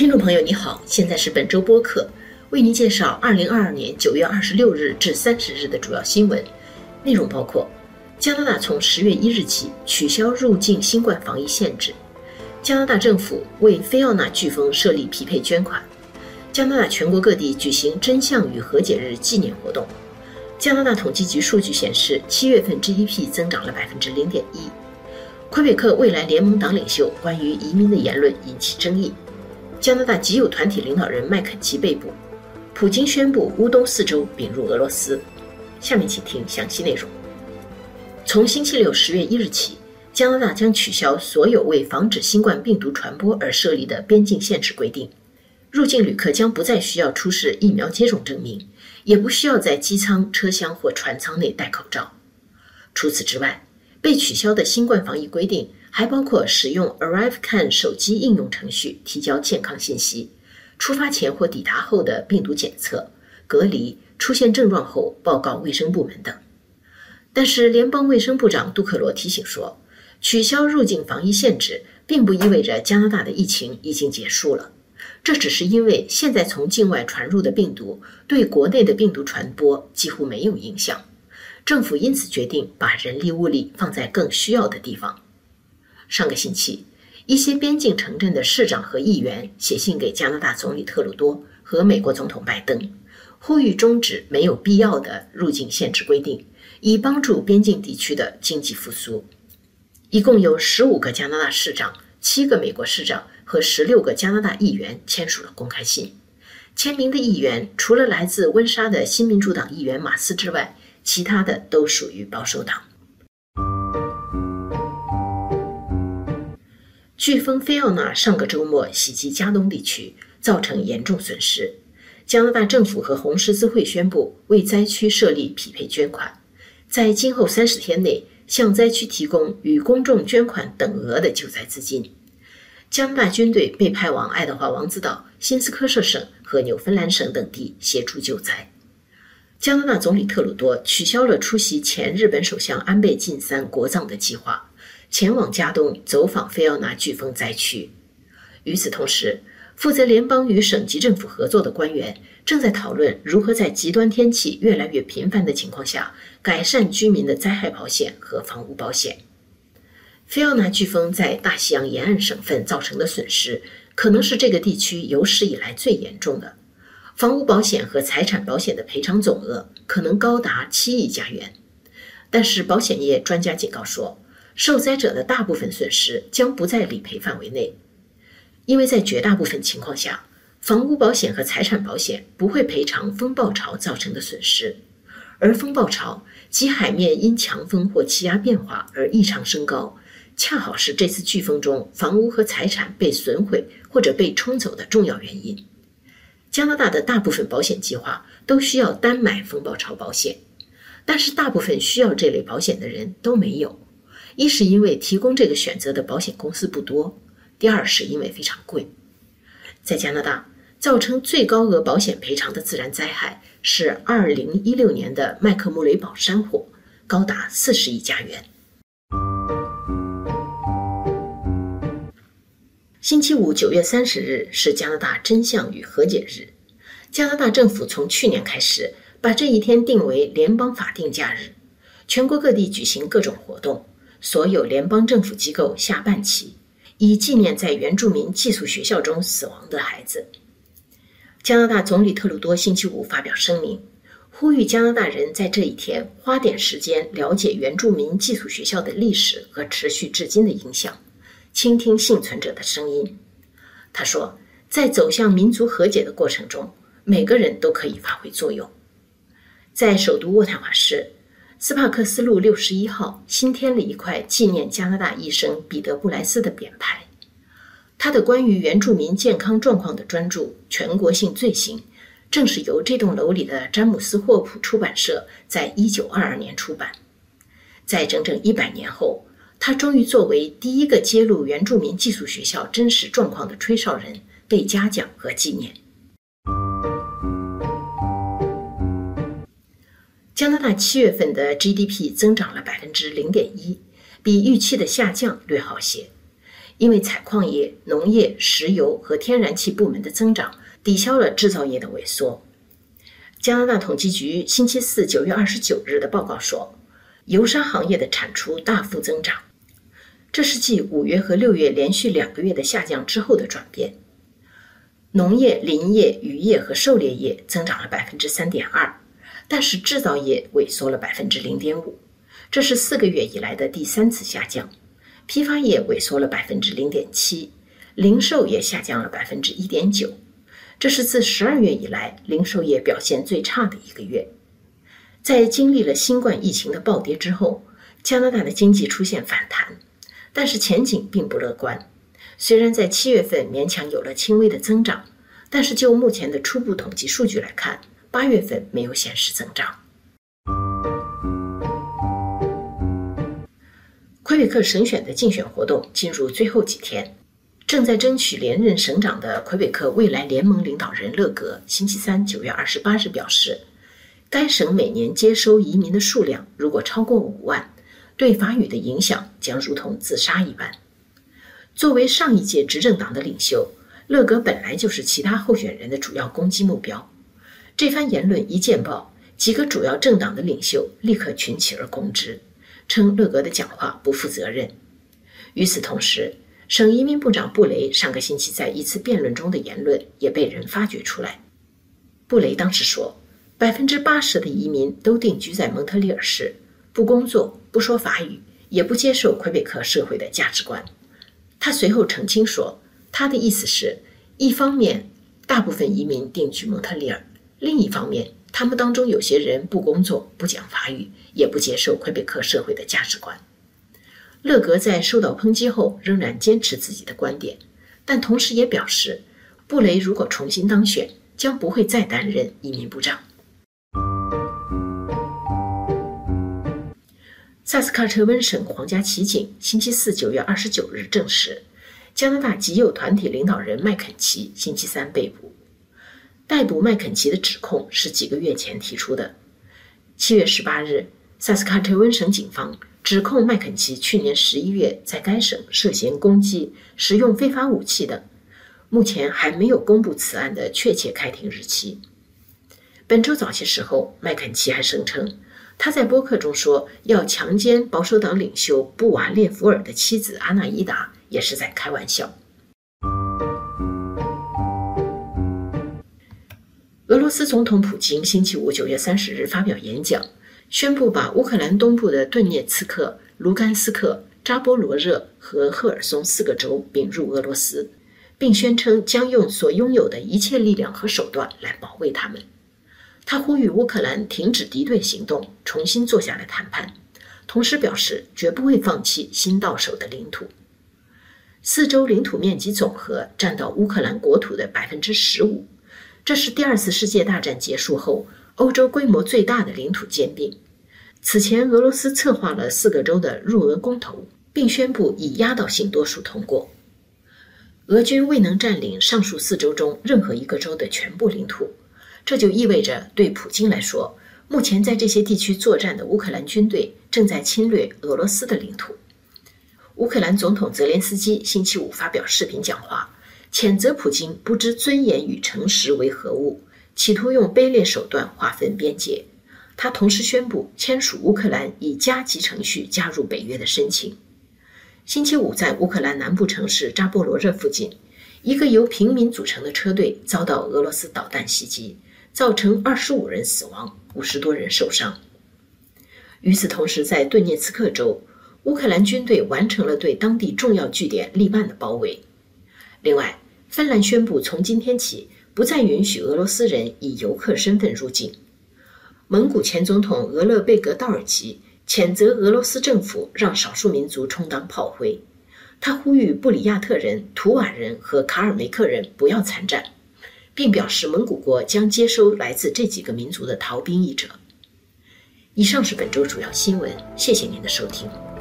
听众朋友你好，现在是本周播客，为您介绍2022年9月26日至30日的主要新闻。内容包括：加拿大从10月1日起取消入境新冠防疫限制；加拿大政府为菲奥娜飓风设立匹配捐款；加拿大全国各地举行真相与和解日纪念活动；加拿大统计局数据显示，7月份 GDP 增长了 0.1%；魁北克未来联盟党领袖关于移民的言论引起争议；加拿大极右团体领导人麦肯齐被捕；普京宣布乌东4州并入俄罗斯。下面请听详细内容。从星期六10月1日起，加拿大将取消所有为防止新冠病毒传播而设立的边境限制规定。入境旅客将不再需要出示疫苗接种证明，也不需要在机舱、车厢或船舱内戴口罩。除此之外，被取消的新冠防疫规定还包括使用 ArriveCan 手机应用程序提交健康信息、出发前或抵达后的病毒检测、隔离、出现症状后报告卫生部门等。但是联邦卫生部长杜克罗提醒说，取消入境防疫限制并不意味着加拿大的疫情已经结束了，这只是因为现在从境外传入的病毒对国内的病毒传播几乎没有影响，政府因此决定把人力物力放在更需要的地方。上个星期，一些边境城镇的市长和议员写信给加拿大总理特鲁多和美国总统拜登，呼吁终止没有必要的入境限制规定，以帮助边境地区的经济复苏。一共有15个加拿大市长、7个美国市长和16个加拿大议员签署了公开信。签名的议员除了来自温莎的新民主党议员马斯之外，其他的都属于保守党。飓风菲奥娜上个周末袭击加东地区，造成严重损失。加拿大政府和红十字会宣布为灾区设立匹配捐款，在今后30天内向灾区提供与公众捐款等额的救灾资金。加拿大军队被派往爱德华王子岛、新斯科舍省和纽芬兰省等地协助救灾。加拿大总理特鲁多取消了出席前日本首相安倍晋三国葬的计划，前往加东走访菲奥娜飓风灾区。与此同时，负责联邦与省级政府合作的官员正在讨论如何在极端天气越来越频繁的情况下改善居民的灾害保险和房屋保险。菲奥娜飓风在大西洋沿岸省份造成的损失可能是这个地区有史以来最严重的，房屋保险和财产保险的赔偿总额可能高达7亿加元。但是保险业专家警告说，受灾者的大部分损失将不在理赔范围内，因为在绝大部分情况下，房屋保险和财产保险不会赔偿风暴潮造成的损失，而风暴潮即海面因强风或气压变化而异常升高，恰好是这次飓风中房屋和财产被损毁或者被冲走的重要原因。加拿大的大部分保险计划都需要单买风暴潮保险，但是大部分需要这类保险的人都没有。一是因为提供这个选择的保险公司不多，第二是因为非常贵。在加拿大，造成最高额保险赔偿的自然灾害是2016年的麦克穆雷堡山火，高达40亿加元。星期五9月30日是加拿大真相与和解日。加拿大政府从去年开始把这一天定为联邦法定假日，全国各地举行各种活动，所有联邦政府机构下半旗，以纪念在原住民寄宿学校中死亡的孩子。加拿大总理特鲁多星期五发表声明，呼吁加拿大人在这一天花点时间了解原住民寄宿学校的历史和持续至今的影响，倾听幸存者的声音。他说，在走向民族和解的过程中，每个人都可以发挥作用。在首都渥太华市，斯帕克斯路61号新添了一块纪念加拿大医生彼得布莱斯的匾牌。他的关于原住民健康状况的专著《全国性罪行》正是由这栋楼里的詹姆斯霍普出版社在1922年出版。在整整100年后，他终于作为第一个揭露原住民寄宿学校真实状况的吹哨人被嘉奖和纪念。加拿大7月份的 GDP 增长了 0.1%， 比预期的下降略好些。 因为采矿业、农业、石油和天然气部门的增长抵消了制造业的萎缩。加拿大统计局星期四9月29日的报告说，油砂行业的产出大幅增长，这是继5月和6月连续2个月的下降之后的转变。农业、林业、渔业和狩猎业增长了 3.2%， 但是制造业萎缩了 0.5%， 这是4个月以来的第3次下降。批发业萎缩了 0.7%， 零售也下降了 1.9%， 这是自12月以来零售业表现最差的一个月。在经历了新冠疫情的暴跌之后，加拿大的经济出现反弹，但是前景并不乐观。虽然在7月份勉强有了轻微的增长，但是就目前的初步统计数据来看，8月份没有显示增长。魁北克省选的竞选活动进入最后几天，正在争取连任省长的魁北克未来联盟领导人勒格星期三9月28日表示，该省每年接收移民的数量如果超过5万，对法语的影响将如同自杀一般。作为上一届执政党的领袖，勒格本来就是其他候选人的主要攻击目标。这番言论一见报，几个主要政党的领袖立刻群起而攻之，称勒格的讲话不负责任。与此同时，省移民部长布雷上个星期在一次辩论中的言论也被人发掘出来。布雷当时说，80%的移民都定居在蒙特利尔市，不工作，不说法语，也不接受魁北克社会的价值观。他随后澄清说，他的意思是，一方面大部分移民定居蒙特利尔，另一方面他们当中有些人不工作，不讲法语，也不接受魁北克社会的价值观。勒格在受到抨击后仍然坚持自己的观点，但同时也表示，布雷如果重新当选，将不会再担任移民部长。萨斯喀彻温省皇家骑警星期四9月29日证实，加拿大极右团体领导人麦肯齐星期三被捕。逮捕麦肯齐的指控是几个月前提出的。7月18日，萨斯喀彻温省警方指控麦肯齐去年11月在该省涉嫌攻击、使用非法武器等，目前还没有公布此案的确切开庭日期。本周早些时候，麦肯齐还声称，他在播客中说要强奸保守党领袖布瓦列福尔的妻子阿纳伊达，也是在开玩笑。俄罗斯总统普京星期五9月30日发表演讲，宣布把乌克兰东部的顿涅茨克、卢甘斯克、扎波罗热和赫尔松4个州并入俄罗斯，并宣称将用所拥有的一切力量和手段来保卫他们。他呼吁乌克兰停止敌对行动，重新坐下来谈判，同时表示绝不会放弃新到手的领土。4州领土面积总和占到乌克兰国土的 15%， 这是第2次世界大战结束后欧洲规模最大的领土兼并。此前，俄罗斯策划了4个州的入俄公投，并宣布以压倒性多数通过。俄军未能占领上述4州中任何一个州的全部领土，这就意味着对普京来说，目前在这些地区作战的乌克兰军队正在侵略俄罗斯的领土。乌克兰总统泽连斯基星期五发表视频讲话，谴责普京不知尊严与诚实为何物，企图用卑劣手段划分边界。他同时宣布签署乌克兰以加急程序加入北约的申请。星期五在乌克兰南部城市扎波罗热附近，一个由平民组成的车队遭到俄罗斯导弹袭击，造成25人死亡，50多人受伤。与此同时，在顿涅茨克州，乌克兰军队完成了对当地重要据点利曼的包围。另外，芬兰宣布从今天起不再允许俄罗斯人以游客身份入境。蒙古前总统额勒贝格道尔齐谴责俄罗斯政府让少数民族充当炮灰，他呼吁布里亚特人、图瓦人和卡尔梅克人不要参战，并表示蒙古国将接收来自这几个民族的逃兵役者。以上是本周主要新闻，谢谢您的收听。